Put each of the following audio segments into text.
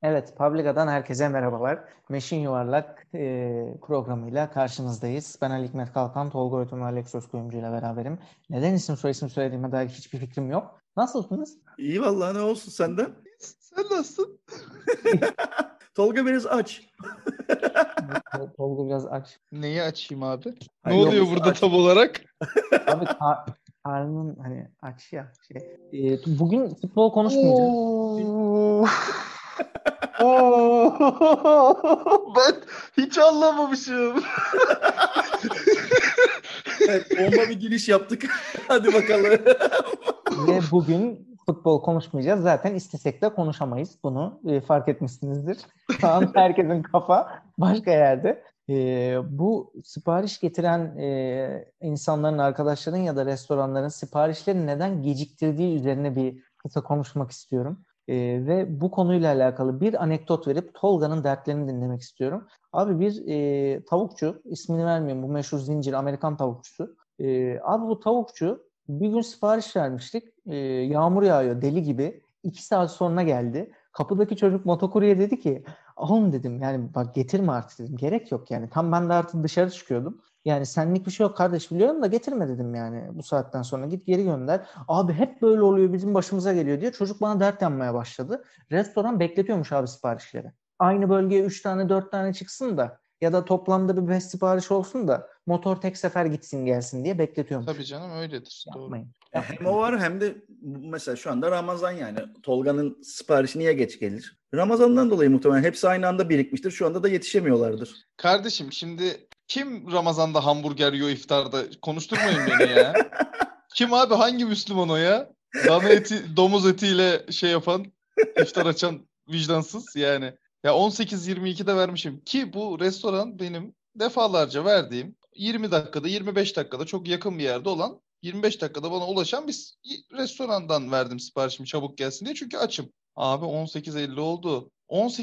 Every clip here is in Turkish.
Evet, Publica'dan herkese merhabalar. Meşin Yuvarlak programıyla karşınızdayız. Ben Ali Hikmet Kalkan, Tolga Ötüm ve Alex Özkuyumcu ile beraberim. Neden isim söylediğime dair hiçbir fikrim yok. Nasılsınız? İyi vallahi, ne olsun senden? Sen nasılsın? Tolga biraz aç. Tolga biraz aç. Neyi açayım abi? Ne Hayır, oluyor Yok burada aç. tam olarak? abi, karnın hani aç ya. Bugün futbol konuşmayacağız. Oo. Oo. Ben hiç anlamamışım. Evet, bomba bir giriş yaptık. Hadi bakalım. Ve bugün futbol konuşmayacağız. Zaten istesek de konuşamayız. Bunu fark etmişsinizdir. Şu an herkesin kafa başka yerde. Bu sipariş getiren insanların, arkadaşların ya da restoranların siparişleri neden geciktirdiği üzerine bir kısa konuşmak istiyorum. Ve bu konuyla alakalı bir anekdot verip Tolga'nın dertlerini dinlemek istiyorum. Abi bir tavukçu, ismini vermeyeyim, bu meşhur zincir Amerikan tavukçusu. Abi bu tavukçu bir gün sipariş vermiştik. Yağmur yağıyor deli gibi. 2 saat sonra geldi. Kapıdaki çocuk motokurye dedi ki, oğlum dedim, yani bak getirme artık dedim. Gerek yok yani. Tam ben de artık dışarı çıkıyordum. Yani senlik bir şey yok kardeş, biliyorum da getirme dedim yani. Bu saatten sonra git geri gönder. Abi hep böyle oluyor, bizim başımıza geliyor diye çocuk bana dert yanmaya başladı. Restoran bekletiyormuş abi siparişleri. Aynı bölgeye 3 tane 4 tane çıksın da ya da toplamda bir 5 sipariş olsun da motor tek sefer gitsin gelsin diye bekletiyormuş. Tabii canım öyledir. Doğru. Yapmayın. Hem Yapmayın. o var hem de mesela şu anda Ramazan yani. Tolga'nın siparişi niye geç gelir? Ramazan'dan dolayı muhtemelen hepsi aynı anda birikmiştir. Şu anda da yetişemiyorlardır. Kardeşim şimdi kim Ramazan'da hamburger yiyor iftarda? Konuşturmayın beni ya. Kim abi, hangi Müslüman o ya? Dana eti, domuz etiyle şey yapan, iftar açan vicdansız yani. Ya 18-22'de vermişim ki bu restoran benim defalarca verdiğim 20 dakikada 25 dakikada çok yakın bir yerde olan 25 dakikada bana ulaşan bir restorandan verdim siparişimi çabuk gelsin diye, çünkü açım. Abi 18.50 oldu.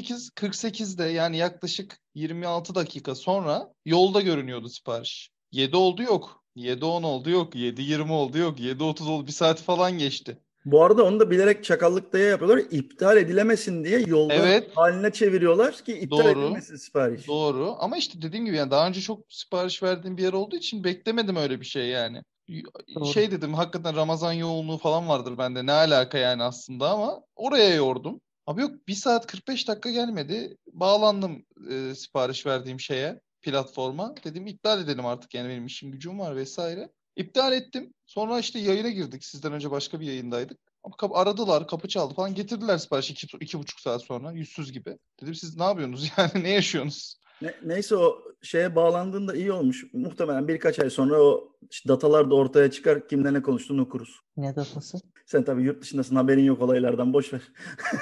18.48'de yani yaklaşık 26 dakika sonra yolda görünüyordu sipariş. 7 oldu yok. 7.10 oldu yok. 7.20 oldu yok. 7.30 oldu. Bir saat falan geçti. Bu arada onu da bilerek çakallık diye yapıyorlar. İptal edilemesin diye yolda Evet, haline çeviriyorlar ki iptal doğru. edilmesin sipariş. Doğru. Ama işte dediğim gibi yani daha önce çok sipariş verdiğim bir yer olduğu için beklemedim öyle bir şey yani. Doğru. Şey dedim, hakikaten Ramazan yoğunluğu falan vardır bende. Ne alaka yani aslında, ama oraya yordum. Abi yok, 1 saat 45 dakika gelmedi. Bağlandım sipariş verdiğim şeye, platforma. Dedim iptal edelim artık, yani benim işim gücüm var vesaire. İptal ettim. Sonra işte yayına girdik. Sizden önce başka bir yayındaydık. Ama aradılar, kapı çaldı falan. Getirdiler siparişi 2,5 saat sonra. Yüzsüz gibi. Dedim siz ne yapıyorsunuz yani, ne yaşıyorsunuz? Neyse, o şeye bağlandığında iyi olmuş. Muhtemelen birkaç ay sonra o işte datalar da ortaya çıkar. Kimle ne konuştuğunu okuruz. Ne datası? Sen tabii yurt dışındasın, haberin yok olaylardan, boş ver.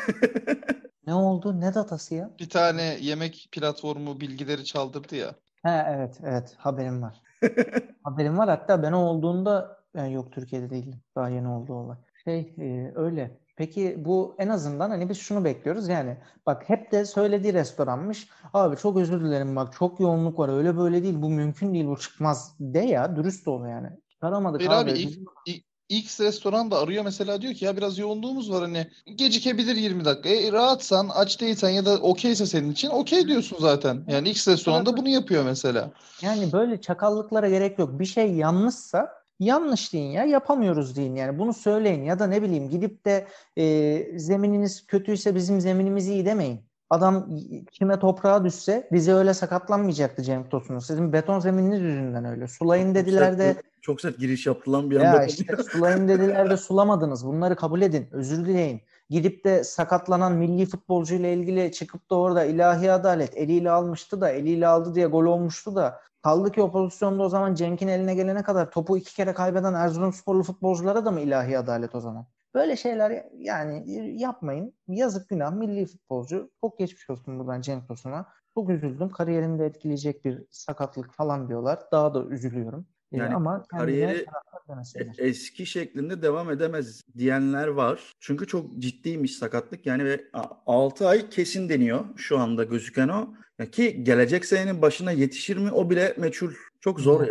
Ne oldu? Ne datası ya? Bir tane yemek platformu bilgileri çaldırdı ya. Ha, evet evet, haberim var. Haberim var, hatta ben o olduğunda ben yok, Türkiye'de değildim. Daha yeni oldu olay. Öyle. Peki bu en azından hani biz şunu bekliyoruz yani, bak hep de söylediği restoranmış. Abi çok özür dilerim, bak çok yoğunluk var, öyle böyle değil, bu mümkün değil, bu çıkmaz de ya, dürüst ol yani. Çıkaramadık Hayır abi, abi. X restoran da arıyor mesela, diyor ki ya biraz yoğunluğumuz var, hani gecikebilir 20 dakika. Rahatsan, aç değilsen ya da okeyse senin için okey diyorsun zaten. Yani X restoran da bunu yapıyor mesela. Yani böyle çakallıklara gerek yok. Bir şey yanlışsa yanlış deyin ya, yapamıyoruz deyin yani, bunu söyleyin ya da ne bileyim, gidip de zemininiz kötüyse bizim zeminimiz iyi demeyin. Adam kime toprağa düşse bize öyle sakatlanmayacaktı Cenk Tosun'un. Sizin beton zemininiz yüzünden öyle. Sulayın Çok dediler sert, de çok sert giriş yaptı lan bir anda ya işte konuya. sulayın dediler de sulamadınız. Bunları kabul edin. Özür dileyin. Gidip de sakatlanan milli futbolcu ile ilgili çıkıp da orada ilahi adalet, eliyle almıştı da eliyle aldı diye gol olmuştu da, kaldı ki o pozisyonda o zaman Cenk'in eline gelene kadar topu 2 kere kaybeden Erzurumsporlu futbolculara da mı ilahi adalet o zaman? Böyle şeyler yani yapmayın. Yazık, günah. Milli futbolcu. Çok geçmiş olsun buradan Cenk Tosun'a. Çok üzüldüm. Kariyerini de etkileyecek bir sakatlık falan diyorlar. Daha da üzülüyorum. Yani Ama kendine kariyeri taraftar demesinler. eski şeklinde devam edemez diyenler var. Çünkü çok ciddiymiş sakatlık yani, ve 6 ay kesin deniyor şu anda gözüken o. Ya ki gelecek senenin başına yetişir mi o bile meçhul. Çok zor Yani ya.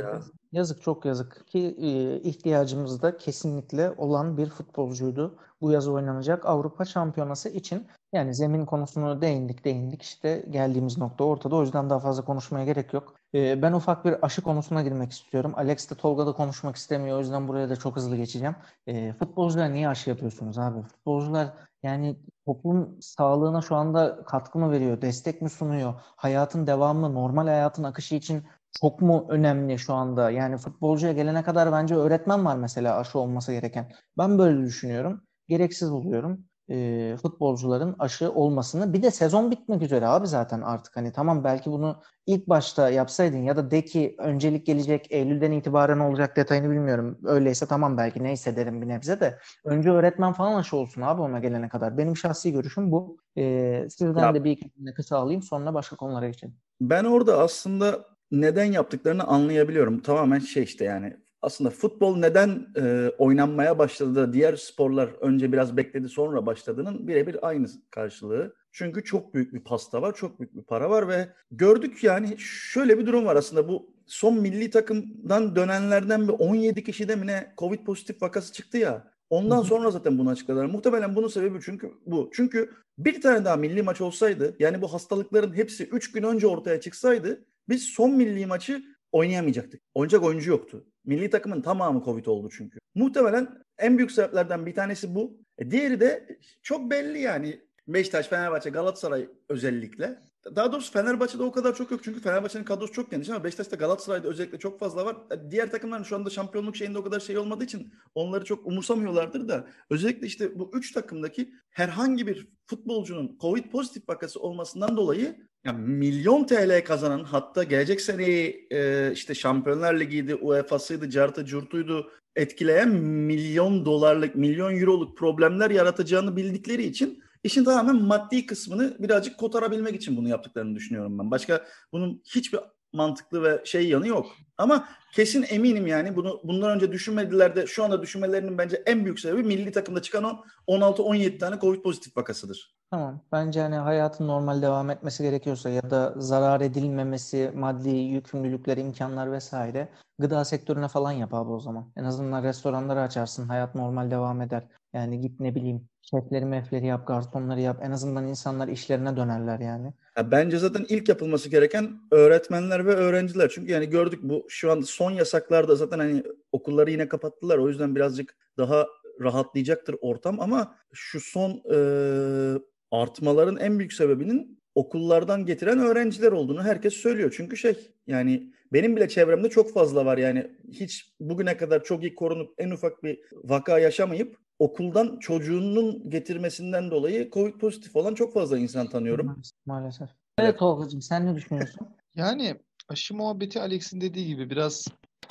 Yazık, çok yazık ki ihtiyacımız da kesinlikle olan bir futbolcuydu. Bu yaz oynanacak Avrupa Şampiyonası için. Yani zemin konusunu değindik işte geldiğimiz nokta ortada. O yüzden daha fazla konuşmaya gerek yok. Ben ufak bir aşı konusuna girmek istiyorum. Alex de Tolga da konuşmak istemiyor. O yüzden buraya da çok hızlı geçeceğim. Futbolcular niye aşı yapıyorsunuz abi? Futbolcular yani toplum sağlığına şu anda katkı mı veriyor? Destek mi sunuyor? Hayatın devamı, normal hayatın akışı için çok mu önemli şu anda? Yani futbolcuya gelene kadar bence öğretmen var mesela aşı olması gereken. Ben böyle düşünüyorum. Gereksiz buluyorum futbolcuların aşı olmasını. Bir de sezon bitmek üzere abi zaten artık. Hani tamam belki bunu ilk başta yapsaydın ya da de ki öncelik gelecek Eylül'den itibaren olacak, detayını bilmiyorum. Öyleyse tamam belki neyse derim bir nebze de. Önce öğretmen falan aşı olsun abi ona gelene kadar. Benim şahsi görüşüm bu. Sizden Ya de bir iki cümle kısa alayım sonra başka konulara geçelim. ben orada aslında neden yaptıklarını anlayabiliyorum. Tamamen şey işte yani aslında futbol neden oynanmaya başladı da diğer sporlar önce biraz bekledi sonra başladığının birebir aynı karşılığı. Çünkü çok büyük bir pasta var, çok büyük bir para var ve gördük yani şöyle bir durum var aslında bu son milli takımdan dönenlerden bir 17 kişide mi ne Covid pozitif vakası çıktı ya. Ondan sonra zaten bunu açıkladılar. Muhtemelen bunun sebebi çünkü bu. Çünkü bir tane daha milli maç olsaydı yani bu hastalıkların hepsi 3 gün önce ortaya çıksaydı biz son milli maçı oynayamayacaktık. Oynayacak oyuncu yoktu. Milli takımın tamamı Covid oldu çünkü. Muhtemelen en büyük sebeplerden bir tanesi bu. Diğeri de çok belli yani. Beşiktaş, Fenerbahçe, Galatasaray özellikle. Daha doğrusu Fenerbahçe'de o kadar çok yok. Çünkü Fenerbahçe'nin kadrosu çok geniş ama Beşiktaş'ta Galatasaray'da özellikle çok fazla var. Diğer takımların şu anda şampiyonluk şeyinde o kadar şey olmadığı için onları çok umursamıyorlardır da özellikle işte bu 3 takımdaki herhangi bir futbolcunun Covid pozitif vakası olmasından dolayı yani milyon TL kazanan hatta gelecek seneyi işte Şampiyonlar Ligi'ydi, UEFA'sıydı, cartı curtuydu etkileyen milyon dolarlık, milyon euroluk problemler yaratacağını bildikleri için işin tamamen maddi kısmını birazcık kotarabilmek için bunu yaptıklarını düşünüyorum ben. Başka bunun hiçbir mantıklı ve şey yanı yok. Ama kesin eminim yani bunu bundan önce düşünmediler de şu anda düşünmelerinin bence en büyük sebebi milli takımda çıkan o 16-17 tane Covid pozitif vakasıdır. Tamam. Bence hani hayatın normal devam etmesi gerekiyorsa ya da zarar edilmemesi, maddi yükümlülükler, imkanlar vesaire gıda sektörüne falan yap abi o zaman. En azından restoranları açarsın, hayat normal devam eder. Yani git ne bileyim şefleri mefleri yap, garsonları yap. En azından insanlar işlerine dönerler yani. Ya bence zaten ilk yapılması gereken öğretmenler ve öğrenciler. Çünkü yani gördük bu şu anda son yasaklarda zaten hani okulları yine kapattılar. O yüzden birazcık daha rahatlayacaktır ortam ama şu son artmaların en büyük sebebinin okullardan getiren öğrenciler olduğunu herkes söylüyor. Çünkü şey yani benim bile çevremde çok fazla var yani hiç bugüne kadar çok iyi korunup en ufak bir vaka yaşamayıp okuldan çocuğunun getirmesinden dolayı Covid pozitif olan çok fazla insan tanıyorum. Maalesef. Evet Tolga'cığım sen ne düşünüyorsun? Yani aşı muhabbeti Alex'in dediği gibi biraz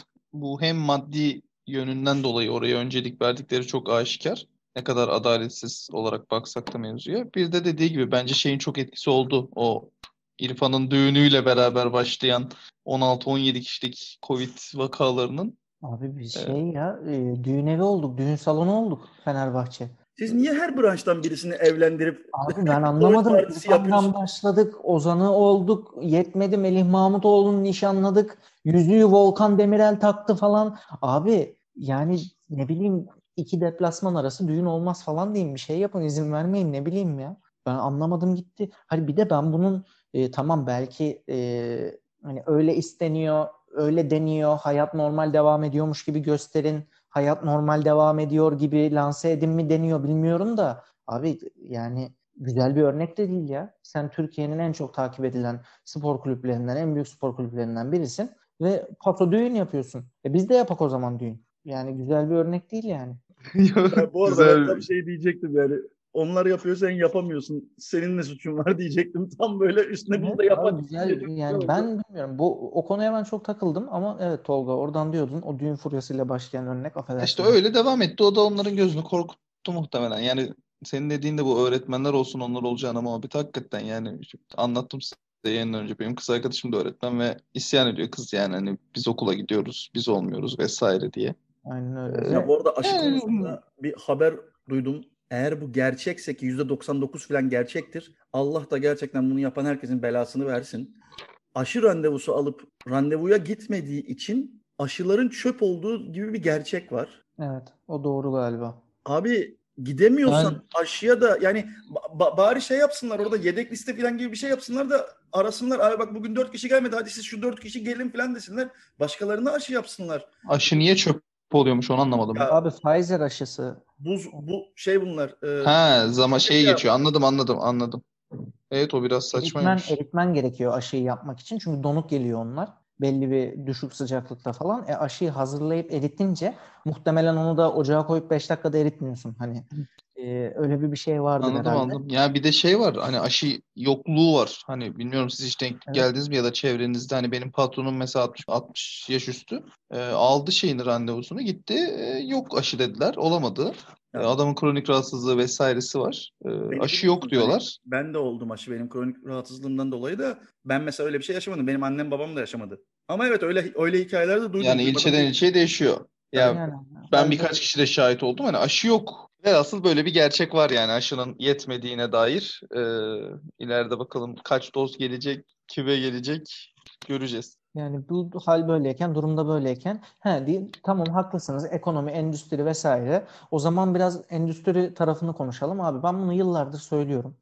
bu hem maddi yönünden dolayı oraya öncelik verdikleri çok aşikar. Ne kadar adaletsiz olarak baksak da mevzuya. Bir de dediği gibi bence şeyin çok etkisi oldu. O İrfan'ın düğünüyle beraber başlayan 16-17 kişilik Covid vakalarının. Abi biz e, düğün evi olduk, düğün salonu olduk Fenerbahçe. Siz niye her branştan birisini evlendirip Abi ben Covid anlamadım. partisi İrfan'dan yapıyorsunuz? başladık. Ozan'ı olduk. Yetmedi Melih Mahmutoğlu'nu nişanladık. Yüzüğü Volkan Demirel taktı falan. Abi yani ne bileyim 2 deplasman arası düğün olmaz falan diyeyim. Bir şey yapın izin vermeyin ne bileyim ya. Ben anlamadım gitti. Hani bir de ben bunun tamam belki hani öyle isteniyor, öyle deniyor. Hayat normal devam ediyormuş gibi gösterin. Hayat normal devam ediyor gibi lanse edin mi deniyor bilmiyorum da. Abi yani güzel bir örnek de değil ya. Sen Türkiye'nin en çok takip edilen spor kulüplerinden, en büyük spor kulüplerinden birisin ve paso düğün yapıyorsun. Biz de yapak o zaman düğün. Yani güzel bir örnek değil yani. Ya bu arada ben tam Güzel. şey diyecektim yani. Onlar yapıyor sen yapamıyorsun. Senin ne suçun var diyecektim. Tam böyle üstüne biz Evet, de abi yapak güzel diyecek bir şey yani oldu. ben bilmiyorum. O konuya ben çok takıldım ama evet Tolga oradan diyordun o düğün furyasıyla başlayan örnek İşte affedersin. öyle devam etti. O da onların gözünü korkuttu muhtemelen. Yani senin dediğin de bu öğretmenler olsun onlar olacağına muhabbet hakikaten yani anlattım size yayından önce. Benim kız arkadaşım da öğretmen ve isyan ediyor kız yani hani biz okula gidiyoruz, biz olmuyoruz vesaire diye. Aynen öyle Ya ve bu arada aşı Yani, konusunda bir haber duydum. Eğer bu gerçekse ki %99 falan gerçektir. Allah da gerçekten bunu yapan herkesin belasını versin. Aşı randevusu alıp randevuya gitmediği için aşıların çöp olduğu gibi bir gerçek var. Evet, o doğru galiba. Abi gidemiyorsan Ben aşıya da yani bari şey yapsınlar, orada yedek liste falan gibi bir şey yapsınlar da arasınlar. Abi bak bugün 4 kişi gelmedi, hadi siz şu 4 kişi gelin falan desinler. Başkalarına aşı yapsınlar. Aşı niye çöp oluyormuş onu anlamadım ben. Ya abi Pfizer aşısı bu şey bunlar. Ha, zaman Şey şey geçiyor. Anladım. Evet, o biraz saçmaymış. eritmen gerekiyor aşıyı yapmak için. Çünkü donuk geliyor onlar. Belli bir düşük sıcaklıkta falan. Aşıyı hazırlayıp eritince muhtemelen onu da ocağa koyup 5 dakikada eritmiyorsun. Hani öyle bir şey vardır herhalde. Anladım. Ya bir de şey var, hani aşı yokluğu var. Hani bilmiyorum siz hiç denk Evet. geldiniz mi ya da çevrenizde, hani benim patronum mesela 60 yaş üstü. Aldı şeyini, randevusunu, gitti. Yok aşı dediler. Olamadı. Ya Adamın kronik rahatsızlığı vesairesi var. beni Aşı yok biliyorsun hani diyorlar. ben de oldum aşı, benim kronik rahatsızlığımdan dolayı da ben mesela öyle bir şey yaşamadım. Benim annem babam da yaşamadı. Ama evet öyle hikayeler de duydum, Yani duymadım ilçeden değil. ilçeye değişiyor. Tabii. Ya Yani ben hal birkaç böyle. kişi de şahit oldum. Hani aşı yok. Velhasıl böyle bir gerçek var, yani aşının yetmediğine dair. İleride bakalım kaç doz gelecek, kime gelecek göreceğiz. Yani bu hal böyleyken, durumda böyleyken tamam haklısınız, ekonomi, endüstri vesaire. O zaman biraz endüstri tarafını konuşalım abi. Ben bunu yıllardır söylüyorum.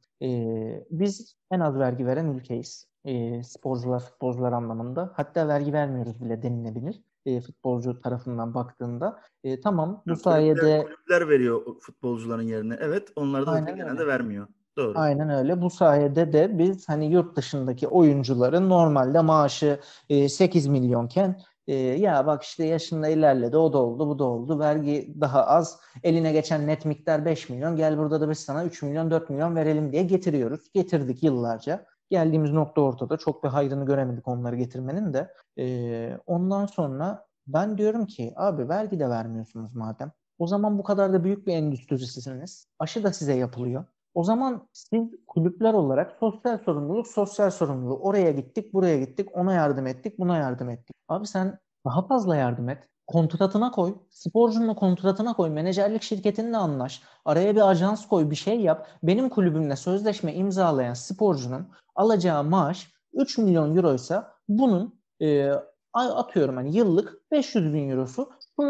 Biz en az vergi veren ülkeyiz. Sporcular, futbolcular anlamında. Hatta vergi vermiyoruz bile denilebilir. Futbolcu tarafından baktığında. Tamam bu Yani kulüpler, sayede kulüpler veriyor futbolcuların yerine. Evet, onlar da zaten aynen genelde öyle. vermiyor. Doğru. Aynen öyle. Bu sayede de biz hani yurt dışındaki oyuncuların normalde maaşı 8 milyonken ya bak işte yaşında ilerledi, o da oldu, bu da oldu. Vergi daha az. Eline geçen net miktar 5 milyon. Gel burada da biz sana 3 milyon, 4 milyon verelim diye getiriyoruz. Getirdik yıllarca. Geldiğimiz nokta ortada. Çok bir hayrını göremedik onları getirmenin de. Ondan sonra ben diyorum ki abi vergi de vermiyorsunuz madem. O zaman bu kadar da büyük bir endüstrisisiniz. Aşı da size yapılıyor. O zaman siz kulüpler olarak sosyal sorumluluk. Oraya gittik, buraya gittik, ona yardım ettik, buna yardım ettik. Abi sen daha fazla yardım et. Kontratına koy. Sporcunun kontratına koy. Menajerlik şirketinle anlaş. Araya bir ajans koy, bir şey yap. Benim kulübümle sözleşme imzalayan sporcunun alacağı maaş 3 milyon euroysa bunun atıyorum hani yıllık 500 bin eurosu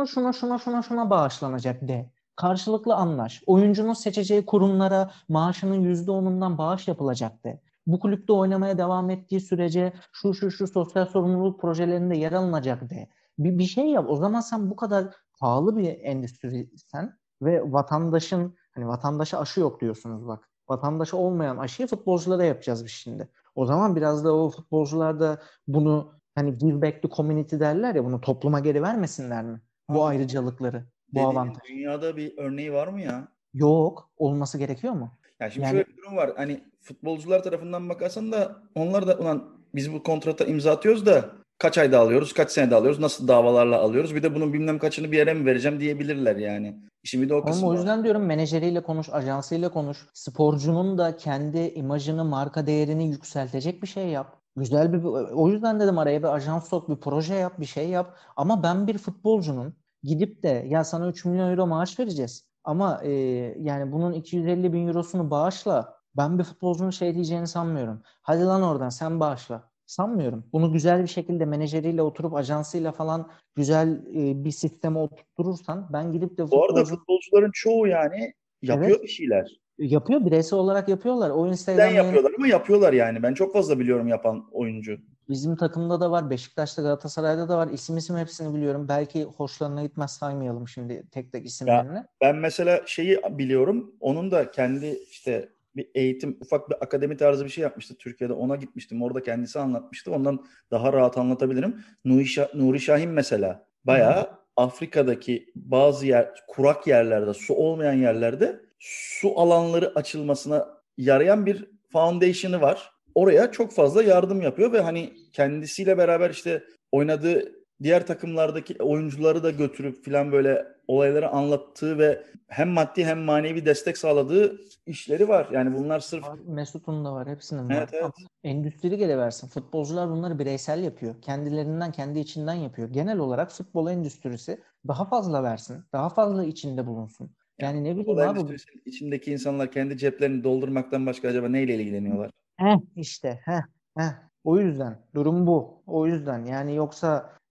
şuna bağışlanacak de. Karşılıklı anlaş. Oyuncunun seçeceği kurumlara maaşının %10'undan bağış yapılacak de. Bu kulüpte oynamaya devam ettiği sürece şu sosyal sorumluluk projelerinde yer alınacak de. Bir şey yap. O zaman sen bu kadar pahalı bir endüstrisen ve vatandaşın hani vatandaşa aşı yok diyorsunuz bak. Vatandaşa olmayan aşıyı futbolculara yapacağız biz şimdi. O zaman biraz da o futbolcular da bunu hani give back to community derler ya, bunu topluma geri vermesinler mi? Bu Ama ayrıcalıkları, bu dediğinin avantaj. dünyada bir örneği var mı ya? Yok. Olması gerekiyor mu? Yani şimdi Yani şöyle bir durum var. Hani futbolcular tarafından bakarsan da onlar da ulan biz bu kontrata imza atıyoruz da kaç ayda alıyoruz, kaç senede alıyoruz, nasıl davalarla alıyoruz? Bir de bunun bilmem kaçını bir yere mi vereceğim diyebilirler yani. İşin bir de o ama kısmı o var. yüzden diyorum menajeriyle konuş, ajansıyla konuş. Sporcunun da kendi imajını, marka değerini yükseltecek bir şey yap. Güzel bir, o yüzden dedim araya bir ajans sok, bir proje yap, bir şey yap. Ama ben bir futbolcunun gidip de ya sana 3 milyon euro maaş vereceğiz. Ama yani bunun 250 bin eurosunu bağışla. Ben bir futbolcunun şey diyeceğini sanmıyorum. Hadi lan oradan sen bağışla. Sanmıyorum. Bunu güzel bir şekilde menajeriyle oturup ajansıyla falan güzel bir sisteme oturturursan ben gidip de Bu arada futbolcunun futbolcuların çoğu yani yapıyor evet bir şeyler. yapıyor. Bireysel olarak yapıyorlar. O Neden Instagram yayın yapıyorlar ama yapıyorlar yani. Ben çok fazla biliyorum yapan oyuncu. bizim takımda da var. Beşiktaş'ta, Galatasaray'da da var. İsim hepsini biliyorum. Belki hoşlarına gitmez, saymayalım şimdi tek tek Ya isimlerini. ben mesela şeyi biliyorum. Onun da kendi işte bir eğitim, ufak bir akademi tarzı bir şey yapmıştı Türkiye'de. Ona gitmiştim. Orada kendisi anlatmıştı. Ondan daha rahat anlatabilirim. Nuri Şahin mesela Hı hı. bayağı Afrika'daki bazı kurak yerlerde, su olmayan yerlerde su alanları açılmasına yarayan bir foundation'ı var. Oraya çok fazla yardım yapıyor ve hani kendisiyle beraber işte oynadığı diğer takımlardaki oyuncuları da götürüp filan böyle olayları anlattığı ve hem maddi hem manevi destek sağladığı işleri var. Yani bunlar sırf Mesut'un da var. Hepsinin var. evet Ama evet. endüstri geliversin. Futbolcular bunları bireysel yapıyor. Kendilerinden, kendi içinden yapıyor. Genel olarak futbol endüstrisi daha fazla versin. Daha fazla içinde bulunsun. Yani Yani ne futbol bileyim abi. endüstrisinin içindeki insanlar kendi ceplerini doldurmaktan başka acaba neyle ilgileniyorlar? İşte. O yüzden durum bu. O yüzden yani yoksa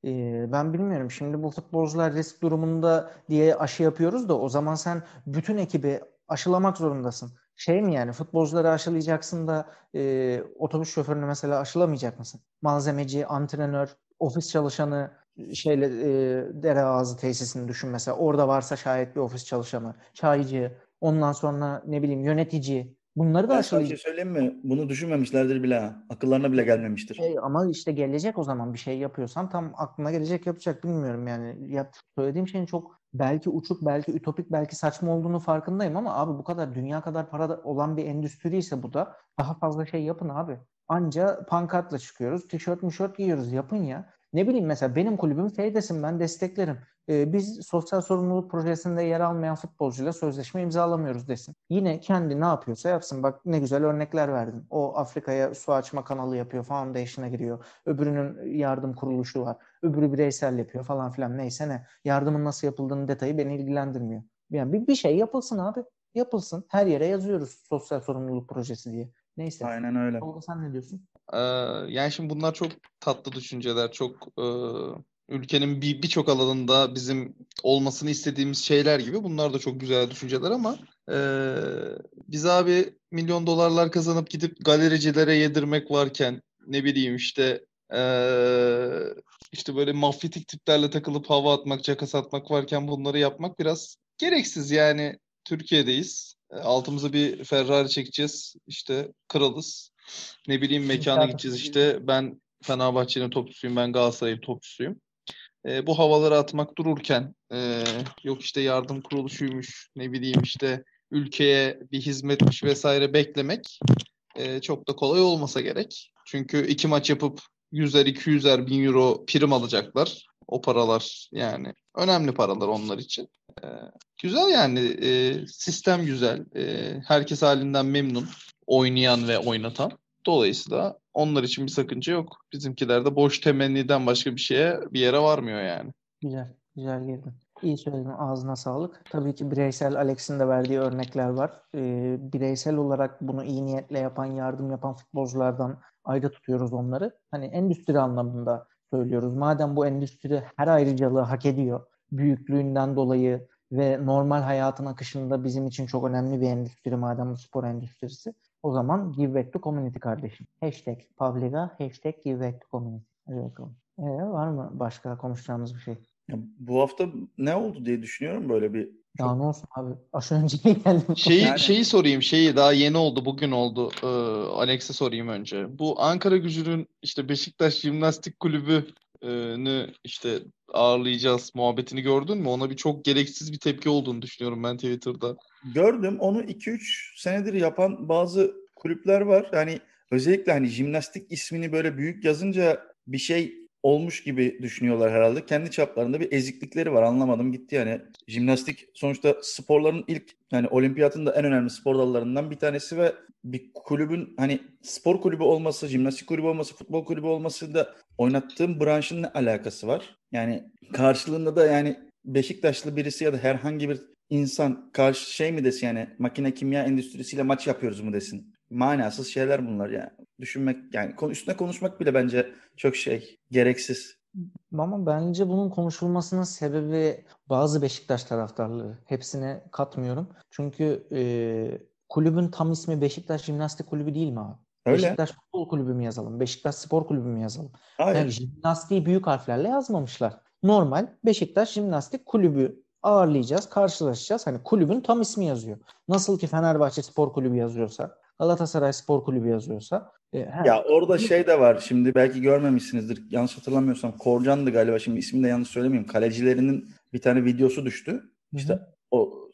Ben bilmiyorum. Şimdi bu futbolcular risk durumunda diye aşı yapıyoruz da o zaman sen bütün ekibi aşılamak zorundasın. Şey mi yani futbolcuları aşılayacaksın da otobüs şoförünü mesela aşılamayacak mısın? Malzemeci, antrenör, ofis çalışanı şeyle dere ağzı tesisini düşün mesela. Orada varsa şayet bir ofis çalışanı, çaycı, ondan sonra ne bileyim yönetici. Bunları da Ben sana bir şey aşılayacak. söyleyeyim mi? Bunu düşünmemişlerdir bile ha. Akıllarına bile gelmemiştir. Ama işte gelecek o zaman bir şey yapıyorsan tam aklına gelecek yapacak bilmiyorum yani. Söylediğim şeyin çok belki uçuk, belki ütopik, belki saçma olduğunu farkındayım ama abi bu kadar dünya kadar para olan bir endüstri ise bu da daha fazla şey yapın abi. Anca pankartla çıkıyoruz, tişört mişört giyiyoruz yapın ya. Ne bileyim mesela benim kulübüm Feydesin ben desteklerim. Biz sosyal sorumluluk projesinde yer almayan futbolcuyla sözleşme imzalamıyoruz desin. Yine kendi ne yapıyorsa yapsın. Bak ne güzel örnekler verdin. O Afrika'ya su açma kanalı yapıyor. Foundation'a giriyor. Öbürünün yardım kuruluşu var. Öbürü bireysel yapıyor falan filan. Neyse ne. Yardımın nasıl yapıldığının detayı beni ilgilendirmiyor. Yani bir şey yapılsın abi. Yapılsın. Her yere yazıyoruz sosyal sorumluluk projesi diye. Neyse. Aynen öyle. Tolga sen ne diyorsun? Ee, Yani şimdi bunlar çok tatlı düşünceler, çok ülkenin birçok alanında bizim olmasını istediğimiz şeyler gibi. Bunlar da çok güzel düşünceler ama e, biz abi milyon dolarlar kazanıp gidip galericilere yedirmek varken ne bileyim işte böyle mafyatik tiplerle takılıp hava atmak, caka satmak varken bunları yapmak biraz gereksiz. Yani Türkiye'deyiz. Altımıza bir Ferrari çekeceğiz. İşte kralız. Ne bileyim mekana İnşaat. gideceğiz işte. Ben Fenerbahçe'nin topçusuyum. Ben Galatasaray'ın topçusuyum. Bu havaları atmak dururken yok işte yardım kuruluşuymuş. Ne bileyim işte ülkeye bir hizmetmiş vesaire beklemek çok da kolay olmasa gerek. Çünkü 2 maç yapıp 100'er 200'er bin euro prim alacaklar. O paralar yani önemli paralar onlar için. E, Güzel yani sistem güzel. Herkes halinden memnun. Oynayan ve oynatan. Dolayısıyla onlar için bir sakınca yok. Bizimkiler de boş temenniden başka bir yere varmıyor yani. Güzel. Güzel girdin. İyi söyledin. Ağzına sağlık. Tabii ki bireysel Alex'in de verdiği örnekler var. Bireysel olarak bunu iyi niyetle yapan, yardım yapan futbolculardan ayrı tutuyoruz onları. Hani endüstri anlamında söylüyoruz. Madem bu endüstri her ayrıcalığı hak ediyor, büyüklüğünden dolayı ve normal hayatın akışında bizim için çok önemli bir endüstri madem bu spor endüstrisi. O zaman give back to community kardeşim. Hashtag Pavliga, hashtag give back to community. Hadi bakalım. Var mı başka konuşacağımız bir şey? Ya, bu hafta ne oldu diye düşünüyorum böyle bir Daha çok ne olsun abi? Aşı önceye geldim. yani Şeyi sorayım. Şeyi daha yeni oldu. Bugün oldu. Alex'e sorayım önce. Bu Ankara Gücü'nün işte Beşiktaş Jimnastik Kulübü'nü işte ağırlayacağız muhabbetini gördün mü? Ona bir çok gereksiz bir tepki olduğunu düşünüyorum ben Twitter'da. gördüm onu 2-3 senedir yapan bazı kulüpler var. Yani özellikle hani jimnastik ismini böyle büyük yazınca bir şey olmuş gibi düşünüyorlar herhalde. Kendi çaplarında bir eziklikleri var. Anlamadım gitti yani. Jimnastik sonuçta sporların ilk yani olimpiyatın da en önemli spor dallarından bir tanesi ve bir kulübün hani spor kulübü olması, jimnastik kulübü olması, futbol kulübü olması da oynattığım branşın ne alakası var? Yani karşılığında da yani Beşiktaşlı birisi ya da herhangi bir insan karşı şey mi desin yani makine kimya endüstrisiyle maç yapıyoruz mu desin. Manasız şeyler bunlar yani. Düşünmek yani üstüne konuşmak bile bence çok gereksiz. Ama bence bunun konuşulmasının sebebi bazı Beşiktaş taraftarları. Hepsine katmıyorum. Çünkü kulübün tam ismi Beşiktaş Jimnastik Kulübü değil mi abi? Öyle. Beşiktaş Futbol Kulübü mü yazalım? Beşiktaş Spor Kulübü mü yazalım? Yani Hayır. jimnastiği büyük harflerle yazmamışlar. Normal Beşiktaş Jimnastik Kulübü ağırlayacağız, karşılaşacağız. Hani kulübün tam ismi yazıyor. Nasıl ki Fenerbahçe Spor Kulübü yazıyorsa, Galatasaray Spor Kulübü yazıyorsa. Ya orada şey de var. Şimdi belki görmemişsinizdir. Yanlış hatırlamıyorsam Korcan'dı galiba. Şimdi ismini de yanlış söylemeyeyim. Kalecilerinin bir tane videosu düştü. Hı İşte hı. o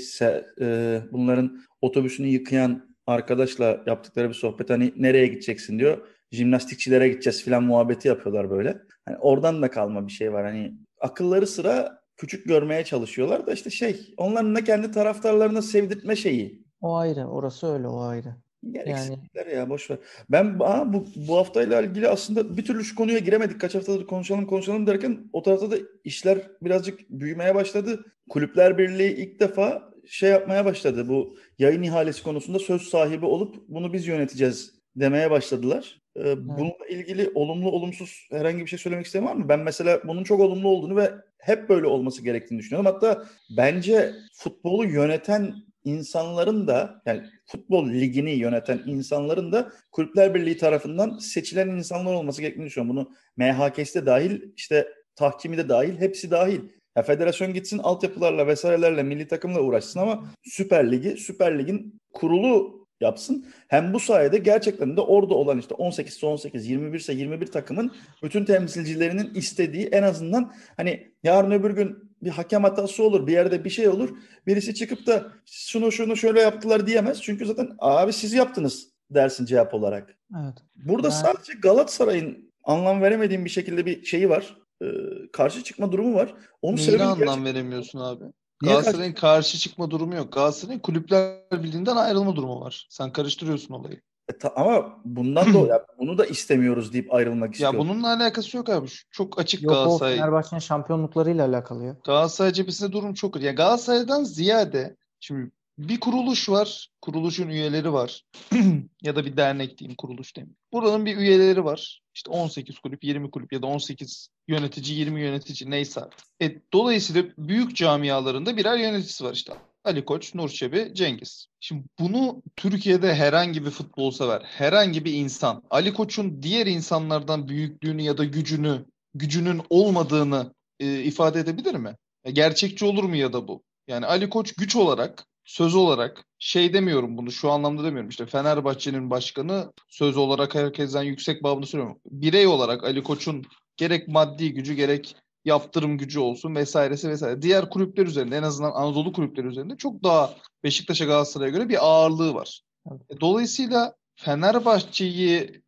bunların otobüsünü yıkayan arkadaşla yaptıkları bir sohbet. Hani nereye gideceksin diyor. Jimnastikçilere gideceğiz falan muhabbeti yapıyorlar böyle. Hani oradan da kalma bir şey var. Hani akılları sıra küçük görmeye çalışıyorlar da işte onların da kendi taraftarlarına sevdirtme şeyi. O ayrı. Orası öyle. O ayrı. Yani Gereksinler ya boş ver. Ben bu haftayla ilgili aslında bir türlü şu konuya giremedik. Kaç haftadır konuşalım derken o tarafta da işler birazcık büyümeye başladı. Kulüpler Birliği ilk defa yapmaya başladı. Bu yayın ihalesi konusunda söz sahibi olup bunu biz yöneteceğiz demeye başladılar. Bununla ilgili olumlu olumsuz herhangi bir şey söylemek isteyen var mı? Ben mesela bunun çok olumlu olduğunu ve hep böyle olması gerektiğini düşünüyorum. Hatta bence futbolu yöneten insanların da, yani futbol ligini yöneten insanların da Kulüpler Birliği tarafından seçilen insanlar olması gerektiğini düşünüyorum. Bunu MHK'si de dahil, işte tahkimi de dahil, hepsi dahil. Ya federasyon gitsin altyapılarla vesairelerle milli takımla uğraşsın ama Süper Lig'in kurulu yapsın. Hem bu sayede gerçekten de orada olan işte 18 ise 18, 21 ise 21 takımın bütün temsilcilerinin istediği, en azından hani yarın öbür gün bir hakem hatası olur, bir yerde bir şey olur. Birisi çıkıp da şunu şöyle yaptılar diyemez. Çünkü zaten abi siz yaptınız dersin cevap olarak. Evet. Burada sadece Galatasaray'ın anlam veremediğim bir şekilde bir şeyi var. Karşı çıkma durumu var. Onun Neyine sebebini anlam veremiyorsun abi? Niye Galatasaray'ın karşı çıkma durumu yok. Galatasaray'ın Kulüpler Birliği'nden ayrılma durumu var. Sen karıştırıyorsun olayı. Ama bundan da ya bunu da istemiyoruz deyip ayrılmak Ya istiyor. bununla alakası yok abi. Çok açık Yok, o Galatasaray. Fenerbahçe'nin şampiyonluklarıyla alakalı ya. Galatasaray cephesinde durum çok kötü. Ya Galatasaray'dan ziyade şimdi bir kuruluş var. Kuruluşun üyeleri var. Ya da bir dernek diyeyim, kuruluş diyeyim. Buranın bir üyeleri var. İşte 18 kulüp, 20 kulüp ya da 18 yönetici, 20 yönetici neyse artık. Dolayısıyla büyük camialarında birer yöneticisi var işte. Ali Koç, Nur Çebi, Cengiz. Şimdi bunu Türkiye'de herhangi bir futbol sever, herhangi bir insan Ali Koç'un diğer insanlardan büyüklüğünü ya da gücünün olmadığını ifade edebilir mi? Gerçekçi olur mu ya da bu? Yani Ali Koç güç olarak, söz olarak şey demiyorum, bunu şu anlamda demiyorum. İşte Fenerbahçe'nin başkanı söz olarak herkesten yüksek babını söylüyorum. Birey olarak Ali Koç'un gerek maddi gücü gerek yaptırım gücü olsun vesairesi vesaire. Diğer kulüpler üzerinde, en azından Anadolu kulüpleri üzerinde çok daha Beşiktaş'a, Galatasaray'a göre bir ağırlığı var. Dolayısıyla Fenerbahçe'yi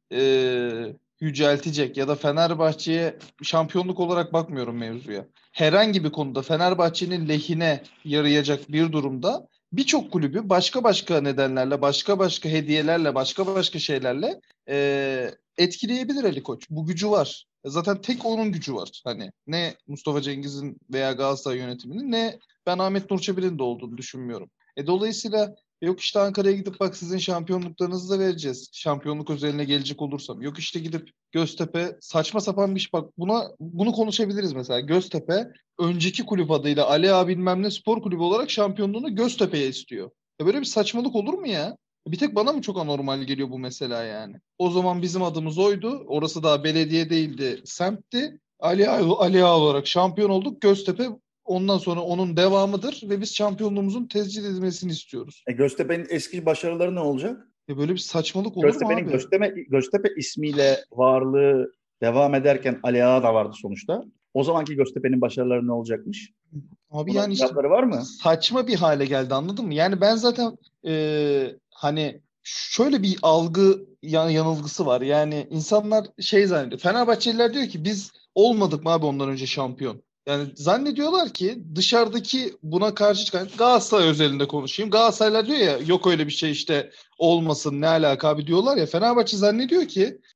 yüceltecek ya da Fenerbahçe'ye şampiyonluk olarak bakmıyorum mevzuya. Herhangi bir konuda Fenerbahçe'nin lehine yarayacak bir durumda birçok kulübü başka nedenlerle, başka hediyelerle, başka şeylerle etkileyebilir Ali Koç. Bu gücü var. Zaten tek onun gücü var. Hani ne Mustafa Cengiz'in veya Galatasaray yönetiminin, ne ben Ahmet Nur Çebi'nin de olduğunu düşünmüyorum. Dolayısıyla yok işte Ankara'ya gidip bak sizin şampiyonluklarınızı da vereceğiz. Şampiyonluk özeline gelecek olursam. Yok işte gidip Göztepe saçma sapan bir şey. Bak bunu konuşabiliriz mesela. Göztepe önceki kulüp adıyla Ali Ağa bilmem ne spor kulübü olarak şampiyonluğunu Göztepe'ye istiyor. Böyle bir saçmalık olur mu ya? Bir tek bana mı çok anormal geliyor bu mesela yani? O zaman bizim adımız oydu. Orası daha belediye değildi, semtti. Ali Ağa olarak şampiyon olduk. Göztepe ondan sonra onun devamıdır ve biz şampiyonluğumuzun tescil edilmesini istiyoruz. Göztepe'nin eski başarıları ne olacak? Böyle bir saçmalık olur mu abi? Göztepe ismiyle varlığı devam ederken Ali Ağa da vardı sonuçta. O zamanki Göztepe'nin başarıları ne olacakmış? Abi Bunun yani işte cevapları var mı? saçma bir hale geldi, anladın mı? Yani ben zaten hani şöyle bir algı yanılgısı var. Yani insanlar şey zannediyor. Fenerbahçeliler diyor ki biz olmadık mı abi ondan önce şampiyon? Yani zannediyorlar ki dışarıdaki buna karşı çıkan, Galatasaray özelinde konuşayım. Galatasaraylar diyor ya yok öyle bir şey işte olmasın ne alaka abi diyorlar ya. Fenerbahçe zannediyor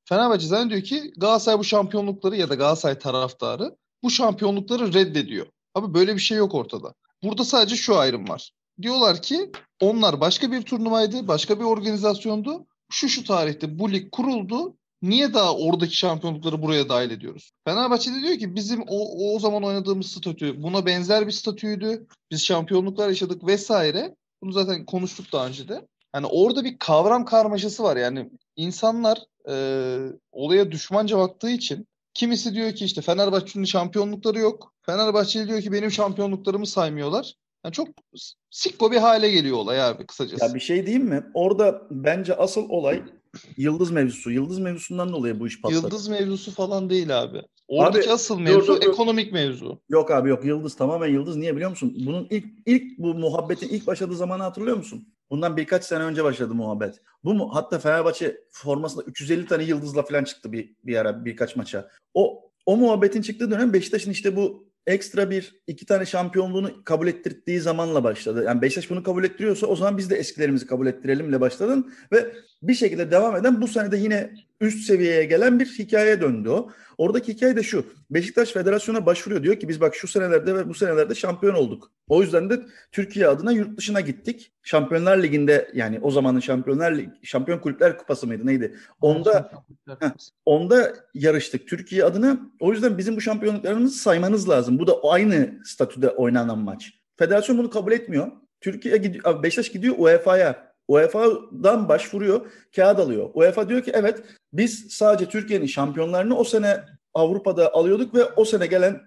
ki Galatasaray bu şampiyonlukları ya da Galatasaray taraftarı bu şampiyonlukları reddediyor. Abi böyle bir şey yok ortada. Burada sadece şu ayrım var. Diyorlar ki onlar başka bir turnuvaydı, başka bir organizasyondu. Şu tarihte bu lig kuruldu. Niye daha oradaki şampiyonlukları buraya dahil ediyoruz? Fenerbahçe de diyor ki bizim o zaman oynadığımız statü buna benzer bir statüydü. Biz şampiyonluklar yaşadık vesaire. Bunu zaten konuştuk daha önce de. Yani orada bir kavram karmaşası var. Yani insanlar olaya düşmanca baktığı için kimisi diyor ki işte Fenerbahçe'nin şampiyonlukları yok. Fenerbahçeli diyor ki benim şampiyonluklarımı saymıyorlar. Yani çok sikko bir hale geliyor olay abi kısacası. Ya bir şey diyeyim mi? Orada bence asıl olay Yıldız mevzusu. Yıldız mevzusundan dolayı bu iş patladı. Yıldız mevzusu falan değil abi. Oradaki Abi, asıl mevzu dur. ekonomik mevzu. Yok abi yok. Yıldız tamamen Yıldız. Niye biliyor musun? Bunun ilk bu muhabbetin ilk başladığı zamanı hatırlıyor musun? Bundan birkaç sene önce başladı muhabbet. Hatta Fenerbahçe formasında 350 tane yıldızla falan çıktı bir ara birkaç maça. O muhabbetin çıktığı dönem Beşiktaş'ın işte bu ekstra iki tane şampiyonluğunu kabul ettirdiği zamanla başladı. Yani Beşiktaş bunu kabul ettiriyorsa o zaman biz de eskilerimizi kabul ettirelimle başladın ve bir şekilde devam eden bu sene de yine üst seviyeye gelen bir hikaye döndü o. Oradaki hikaye de şu. Beşiktaş Federasyon'a başvuruyor. Diyor ki biz bak şu senelerde ve bu senelerde şampiyon olduk. O yüzden de Türkiye adına yurt dışına gittik. Şampiyonlar Ligi'nde, yani o zamanın Şampiyon Kulüpler Kupası mıydı neydi? Onda yarıştık Türkiye adına. O yüzden bizim bu şampiyonluklarımızı saymanız lazım. Bu da aynı statüde oynanan maç. Federasyon bunu kabul etmiyor. Beşiktaş gidiyor UEFA'ya. UEFA'dan başvuruyor, kağıt alıyor. UEFA diyor ki evet, biz sadece Türkiye'nin şampiyonlarını o sene Avrupa'da alıyorduk ve o sene gelen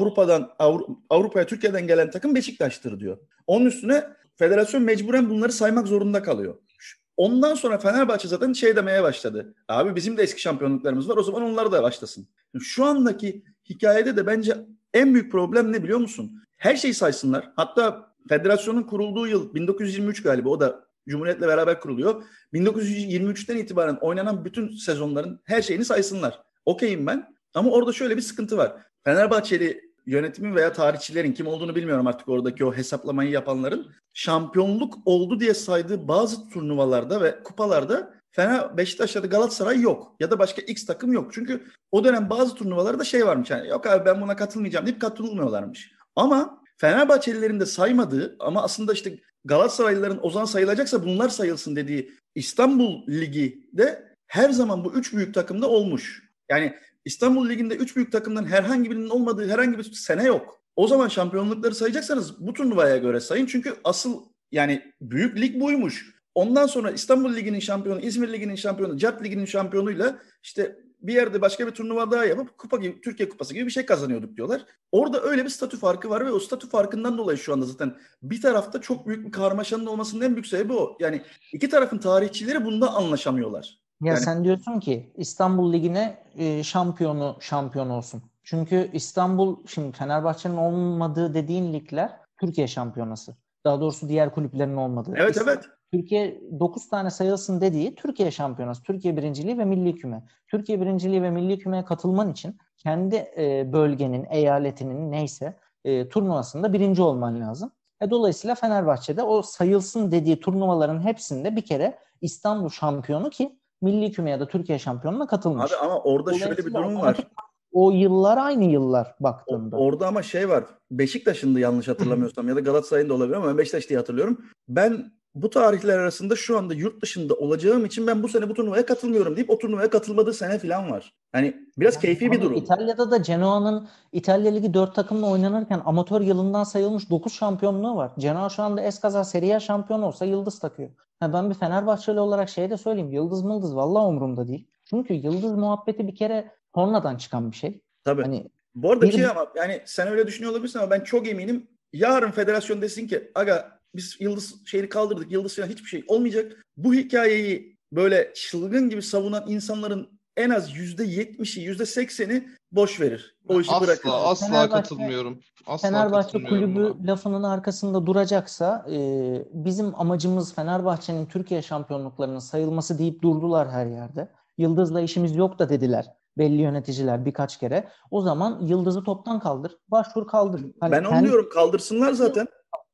Avrupa'ya Türkiye'den gelen takım Beşiktaş'tır diyor. Onun üstüne federasyon mecburen bunları saymak zorunda kalıyor. Ondan sonra Fenerbahçe zaten demeye başladı. Abi bizim de eski şampiyonluklarımız var, o zaman onlar da başlasın. Şu andaki hikayede de bence en büyük problem ne biliyor musun? Her şeyi saysınlar. Hatta federasyonun kurulduğu yıl 1923 galiba, o da Cumhuriyet'le beraber kuruluyor. 1923'ten itibaren oynanan bütün sezonların her şeyini saysınlar. Okeyim ben. Ama orada şöyle bir sıkıntı var. Fenerbahçeli yönetimin veya tarihçilerin, kim olduğunu bilmiyorum artık, oradaki o hesaplamayı yapanların şampiyonluk oldu diye saydığı bazı turnuvalarda ve kupalarda Beşiktaş ya da Galatasaray yok. Ya da başka X takım yok. Çünkü o dönem bazı turnuvalarda varmış. Yani yok abi ben buna katılmayacağım deyip katılmıyorlarmış. Ama Fenerbahçelilerin de saymadığı ama aslında işte Galatasaraylıların o zaman sayılacaksa bunlar sayılsın dediği İstanbul Ligi de her zaman bu üç büyük takımda olmuş. Yani İstanbul Ligi'nde üç büyük takımdan herhangi birinin olmadığı herhangi bir sene yok. O zaman şampiyonlukları sayacaksanız bu turnuvaya göre sayın. Çünkü asıl yani büyük lig buymuş. Ondan sonra İstanbul Ligi'nin şampiyonu, İzmir Ligi'nin şampiyonu, Cap Ligi'nin şampiyonuyla işte bir yerde başka bir turnuva daha yapıp kupa gibi, Türkiye Kupası gibi bir şey kazanıyorduk diyorlar. Orada öyle bir statü farkı var ve o statü farkından dolayı şu anda zaten bir tarafta çok büyük bir karmaşanın olmasının en büyük sebebi o. Yani iki tarafın tarihçileri bunda anlaşamıyorlar. Ya sen diyorsun ki İstanbul Ligi'ne şampiyon olsun. Çünkü İstanbul, şimdi Fenerbahçe'nin olmadığı dediğin ligler Türkiye şampiyonası. Daha doğrusu diğer kulüplerin olmadığı. Evet. Türkiye 9 tane sayılsın dediği Türkiye şampiyonası, Türkiye birinciliği ve milli küme. Türkiye birinciliği ve milli kümeye katılman için kendi bölgenin, eyaletinin neyse turnuvasında birinci olman lazım. Dolayısıyla Fenerbahçe'de o sayılsın dediği turnuvaların hepsinde bir kere İstanbul şampiyonu ki milli küme ya da Türkiye şampiyonuna katılmış. Abi ama orada şöyle bir durum var. O yıllar aynı yıllar baktığında. Orada ama var. Beşiktaş'ın da yanlış hatırlamıyorsam ya da Galatasaray'ın da olabilir ama ben Beşiktaş diye hatırlıyorum. Ben bu tarihler arasında şu anda yurt dışında olacağım için ben bu sene bu turnuvaya katılmıyorum deyip o turnuvaya katılmadığı sene falan var. Hani biraz keyfi bir durum. İtalya'da da Genoa'nın İtalya Ligi 4 takımla oynanırken amatör yılından sayılmış 9 şampiyonluğu var. Genoa şu anda eskaza Serie A şampiyonu olsa yıldız takıyor. Ben bir Fenerbahçeli olarak de söyleyeyim. Yıldız mıldız vallahi umurumda değil. Çünkü yıldız muhabbeti bir kere sonradan çıkan bir şey. Tabii. Hani bu arada ama yani sen öyle düşünüyor olabilirsin ama ben çok eminim yarın federasyon desin ki aga biz yıldız kaldırdık, yıldız falan hiçbir şey olmayacak. Bu hikayeyi böyle çılgın gibi savunan insanların en az %70'i, %80'i boş verir. O işi bırakır. Asla katılmıyorum. Fenerbahçe kulübü lafının arkasında duracaksa bizim amacımız Fenerbahçe'nin Türkiye şampiyonluklarının sayılması deyip durdular her yerde. Yıldız'la işimiz yok da dediler belli yöneticiler birkaç kere. O zaman Yıldız'ı toptan kaldır. Başvur kaldır. Ben onu diyorum, kaldırsınlar zaten.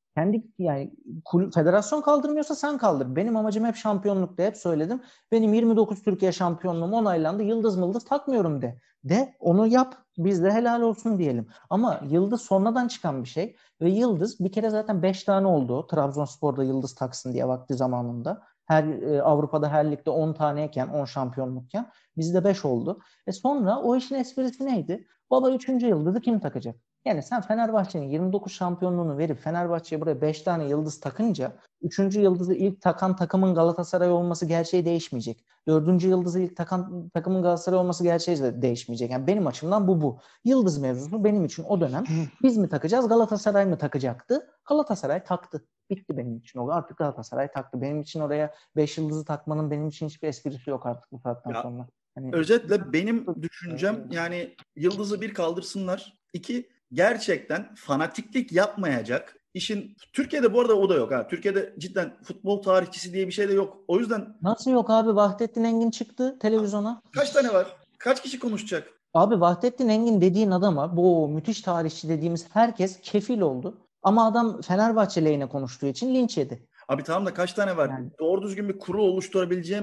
Yani federasyon kaldırmıyorsa sen kaldır. Benim amacım hep şampiyonlukta, hep söyledim. Benim 29 Türkiye şampiyonluğum onaylandı. Yıldız mıldız takmıyorum de. Onu yap. Biz de helal olsun diyelim. Ama Yıldız sonradan çıkan bir şey. Ve Yıldız bir kere zaten 5 tane oldu. Trabzonspor'da Yıldız taksın diye vakti zamanında. Avrupa'da her ligde 10 taneyken, 10 şampiyonlukken bizde 5 oldu. Sonra o işin esprisi neydi? Baba 3. yıldızı kim takacak? Yani sen Fenerbahçe'nin 29 şampiyonluğunu verip Fenerbahçe'ye buraya 5 tane yıldız takınca 3. yıldızı ilk takan takımın Galatasaray olması gerçeği değişmeyecek. 4. yıldızı ilk takan takımın Galatasaray olması gerçeği de değişmeyecek. Yani benim açımdan bu. Yıldız mevzusu benim için o dönem biz mi takacağız, Galatasaray mı takacaktı? Galatasaray taktı. Bitti benim için. Artık Galatasaray taktı. Benim için oraya 5 yıldızı takmanın benim için hiçbir esprisi yok artık bu saatten sonra. Özetle benim düşüncem yani Yıldız'ı bir kaldırsınlar. 2 gerçekten fanatiklik yapmayacak. Türkiye'de bu arada o da yok. Türkiye'de cidden futbol tarihçisi diye bir şey de yok. O yüzden... Nasıl yok abi? Vahdettin Engin çıktı televizyona. Kaç tane var? Kaç kişi konuşacak? Abi Vahdettin Engin dediğin adama bu müthiş tarihçi dediğimiz herkes kefil oldu. Ama adam Fenerbahçe lehine konuştuğu için linç yedi. Abi tamam da kaç tane var? Yani. Doğru düzgün bir kurul oluşturabileceğim bir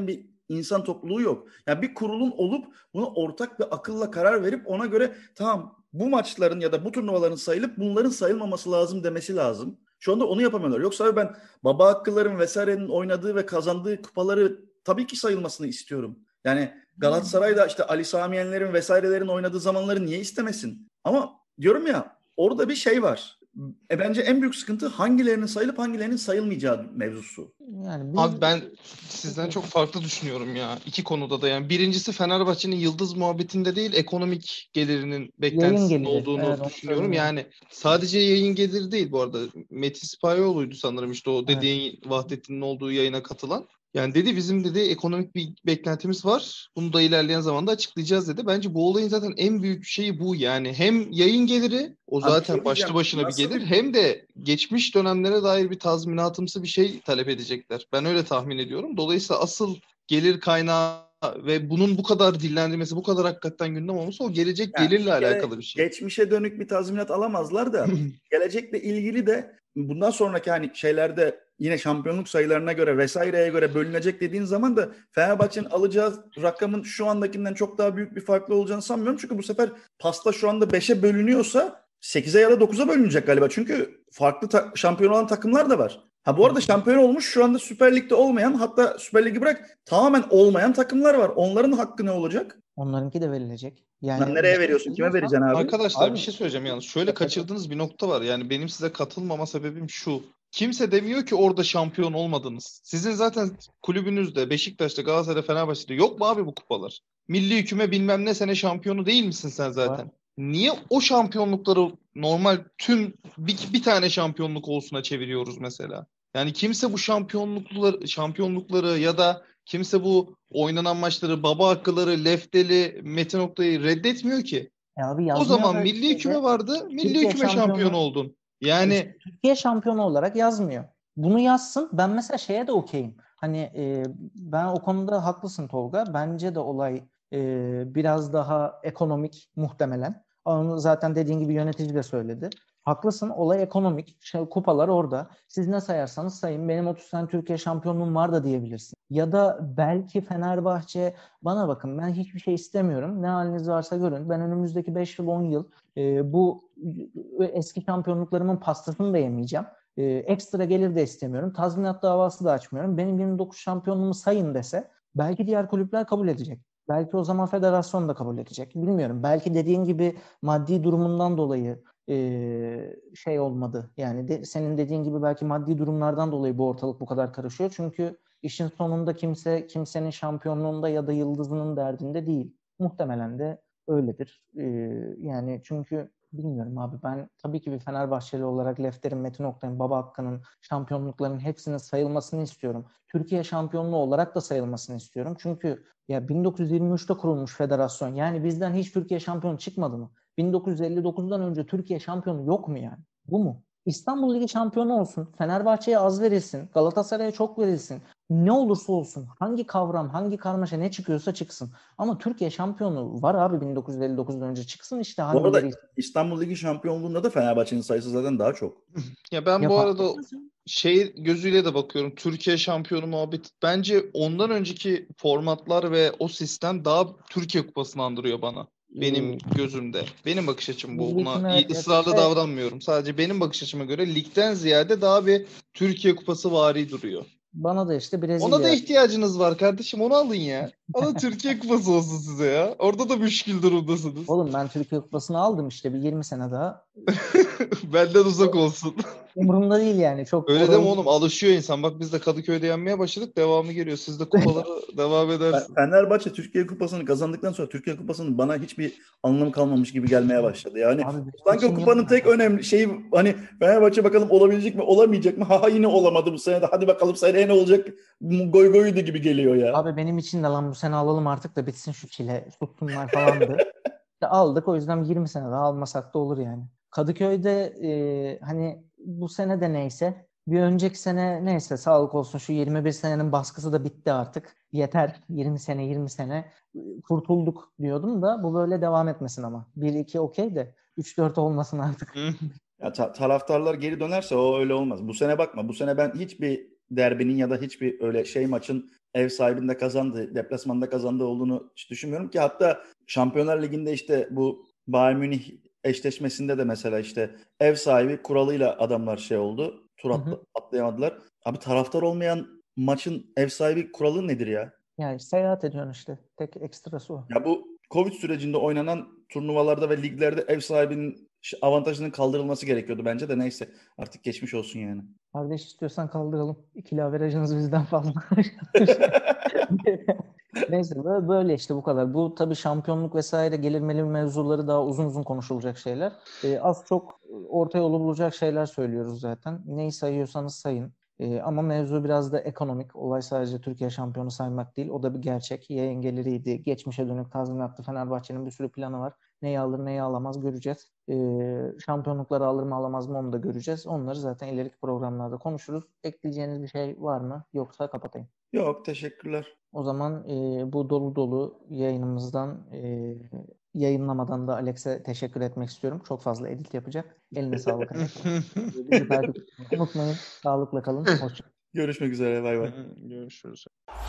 insan topluluğu yok. Yani bir kurulun olup bunu ortak bir akılla karar verip ona göre tamam bu maçların ya da bu turnuvaların sayılıp bunların sayılmaması lazım demesi lazım. Şu anda onu yapamıyorlar. Yoksa abi ben baba hakkıların vesairenin oynadığı ve kazandığı kupaları tabii ki sayılmasını istiyorum. Yani Galatasaray'da işte Ali Sami Yenler'in vesairelerin oynadığı zamanları niye istemesin? Ama diyorum ya orada bir şey var. Bence en büyük sıkıntı hangilerinin sayılıp hangilerinin sayılmayacağı mevzusu. Yani biz Abi ben sizden çok farklı düşünüyorum ya. İki konuda da yani. Birincisi Fenerbahçe'nin yıldız muhabbetinde değil, ekonomik gelirinin beklentisinde geliri. olduğunu Evet, onu düşünüyorum. söyleyeyim. Yani sadece yayın geliri değil bu arada. Metin Sipahoğlu'ydu sanırım işte o Evet. dediğin Vahdettin'in olduğu yayına katılan. Yani dedi bizim dedi ekonomik bir beklentimiz var. Bunu da ilerleyen zamanda açıklayacağız dedi. Bence bu olayın zaten en büyük şeyi bu yani. Hem yayın geliri o Abi zaten şey başlı diyeceğim, başına bir nasıl gelir. bir Hem de geçmiş dönemlere dair bir tazminatımsı bir şey talep edecekler. Ben öyle tahmin ediyorum. Dolayısıyla asıl gelir kaynağı ve bunun bu kadar dillendirmesi, bu kadar hakikaten gündem olması o gelecek yani gelirle bir kere alakalı bir şey. geçmişe dönük bir tazminat alamazlar da gelecekle ilgili de bundan sonraki hani şeylerde yine şampiyonluk sayılarına göre vesaireye göre bölünecek dediğin zaman da Fenerbahçe'nin alacağı rakamın şu andakinden çok daha büyük bir farklı olacağını sanmıyorum. Çünkü bu sefer pasta şu anda 5'e bölünüyorsa 8'e ya da 9'a bölünecek galiba. Çünkü farklı şampiyon olan takımlar da var. Ha bu arada şampiyon olmuş şu anda Süper Lig'de olmayan hatta Süper Lig'i bırak tamamen olmayan takımlar var. Onların hakkı ne olacak? Onlarınki de verilecek. Lan Yani bir nereye şey veriyorsun? Kime söyleyeceğim vereceksin abi? Arkadaşlar bir abi şey söyleyeceğim yalnız. Şöyle tabii. kaçırdığınız bir nokta var. Yani benim size katılmama sebebim şu. Kimse demiyor ki orada şampiyon olmadınız. Sizin zaten kulübünüzde, Beşiktaş'ta, Galatasaray'da, Fenerbahçe'de yok mu abi bu kupalar? Milli hüküme bilmem ne sene şampiyonu değil misin sen Var. zaten? Niye o şampiyonlukları normal tüm bir tane şampiyonluk olsuna çeviriyoruz mesela? Yani kimse bu şampiyonlukları ya da kimse bu oynanan maçları, baba hakkıları, lefteli, Metin Oktay'ı reddetmiyor ki. Abi O yazmıyor zaman da milli hüküme şeyde vardı. Milli Türkiye hüküme şampiyon şampiyonu oldun. işte Yani Türkiye şampiyonu olarak yazmıyor. Bunu yazsın. Ben mesela şeye de okeyim. Hani ben o konuda haklısın Tolga. Bence de olay biraz daha ekonomik muhtemelen. Onu zaten dediğin gibi yönetici de söyledi. Haklısın. Olay ekonomik. Kupalar orada. Siz ne sayarsanız sayın. Benim 30 tane Türkiye şampiyonluğum var da diyebilirsin. Ya da belki Fenerbahçe bana bakın ben hiçbir şey istemiyorum. Ne haliniz varsa görün. Ben önümüzdeki 5 yıl 10 yıl bu eski şampiyonluklarımın pastasını da yemeyeceğim. Ekstra gelir de istemiyorum. Tazminat davası da açmıyorum. Benim 29 şampiyonluğumu sayın dese belki diğer kulüpler kabul edecek. Belki o zaman federasyon da kabul edecek. Bilmiyorum. Belki dediğin gibi maddi durumundan dolayı şey olmadı. Yani senin dediğin gibi belki maddi durumlardan dolayı bu ortalık bu kadar karışıyor. Çünkü işin sonunda kimse kimsenin şampiyonluğunda ya da yıldızının derdinde değil. Muhtemelen de öyledir. Yani çünkü bilmiyorum abi ben tabii ki bir Fenerbahçeli olarak Lefter'in, Metin Oktay'ın, Baba Hakkı'nın şampiyonluklarının hepsinin sayılmasını istiyorum. Türkiye şampiyonluğu olarak da sayılmasını istiyorum. Çünkü ya 1923'te kurulmuş federasyon. Yani bizden hiç Türkiye şampiyonu çıkmadı mı? 1959'dan önce Türkiye şampiyonu yok mu yani? Bu mu? İstanbul Ligi şampiyonu olsun. Fenerbahçe'ye az verilsin. Galatasaray'a çok verilsin. Ne olursa olsun. Hangi kavram, hangi karmaşa ne çıkıyorsa çıksın. Ama Türkiye şampiyonu var abi 1959'dan önce. Çıksın işte Bu arada hangileri. İstanbul Ligi şampiyonluğunda da Fenerbahçe'nin sayısı zaten daha çok. ya ben Ya bu fark arada etmez ya. şey gözüyle de bakıyorum. Türkiye şampiyonu muhabbeti. Bence ondan önceki formatlar ve o sistem daha Türkiye Kupası'nı andırıyor bana. Benim gözümde. Benim bakış açım bu. Milli Buna hükümet ısrarlı davranmıyorum. Sadece benim bakış açıma göre ligden ziyade daha bir Türkiye Kupası vari duruyor. bana da işte Ona da Brezilya. ihtiyacınız var kardeşim. Onu alın ya. O da Türkiye Kupası olsun size ya. Orada da müşkil durumdasınız. Oğlum ben Türkiye Kupası'nı aldım işte bir 20 sene daha. Benden uzak olsun. Umurumda değil yani. Çok Öyle deme oralı. oğlum. Alışıyor insan. Bak biz de Kadıköy'de yenmeye başladık. Devamı geliyor. Siz de kupaları devam edersin. Fenerbahçe Türkiye Kupası'nı kazandıktan sonra Türkiye Kupası'nın bana hiçbir anlamı kalmamış gibi gelmeye başladı. Yani Abi sanki o kupanın tek önemli şeyi hani Fenerbahçe bakalım olabilecek mi olamayacak mı? Ha yine olamadı bu sene de hadi bakalım seneye ne olacak? Goy goydu gibi geliyor ya. Abi benim için de lan bu sene alalım artık da bitsin şu çile. Sussunlar falandı. İşte aldık o yüzden 20 sene daha almasak da olur yani. Kadıköy'de hani bu sene de neyse bir önceki sene neyse sağlık olsun şu 21 senenin baskısı da bitti artık. Yeter 20 sene kurtulduk diyordum da bu böyle devam etmesin ama. 1-2 okey de 3-4 olmasın artık. Ya taraftarlar geri dönerse o öyle olmaz. Bu sene bakma. Bu sene ben hiçbir derbinin ya da hiçbir öyle şey maçın ev sahibinde kazandığı, deplasmanda kazandığı olduğunu hiç düşünmüyorum ki. Hatta Şampiyonlar Ligi'nde işte bu Bayern Münih eşleşmesinde de mesela işte ev sahibi kuralıyla adamlar şey oldu. Atlayamadılar. Abi taraftar olmayan maçın ev sahibi kuralı nedir ya? Yani seyahat ediyorsun işte. Tek ekstrası o. Ya bu Covid sürecinde oynanan turnuvalarda ve liglerde ev sahibinin avantajının kaldırılması gerekiyordu bence de, neyse. Artık geçmiş olsun yani. Kardeş istiyorsan kaldıralım. İkili averajınız bizden fazla. Neyse böyle işte bu kadar. Bu tabii şampiyonluk vesaire gelir mevzuları daha uzun uzun konuşulacak şeyler. Az çok orta yolu bulacak şeyler söylüyoruz zaten. Neyi sayıyorsanız sayın. Ama mevzu biraz da ekonomik. Olay sadece Türkiye şampiyonu saymak değil. O da bir gerçek. Yayın geliriydi. Geçmişe dönük tazminatlı Fenerbahçe'nin bir sürü planı var. Neyi alır neyi alamaz göreceğiz. Şampiyonlukları alır mı alamaz mı onu da göreceğiz. Onları zaten ileriki programlarda konuşuruz. Ekleyeceğiniz bir şey var mı? Yoksa kapatayım. Yok, teşekkürler. O zaman bu dolu dolu yayınımızdan yayınlamadan da Alex'e teşekkür etmek istiyorum. Çok fazla edit yapacak. Eline sağlık Alex. Bizi takip etmeyi unutmayın. Sağlıkla kalın. Hoşçakalın. Görüşmek üzere. Bay bay. Görüşürüz.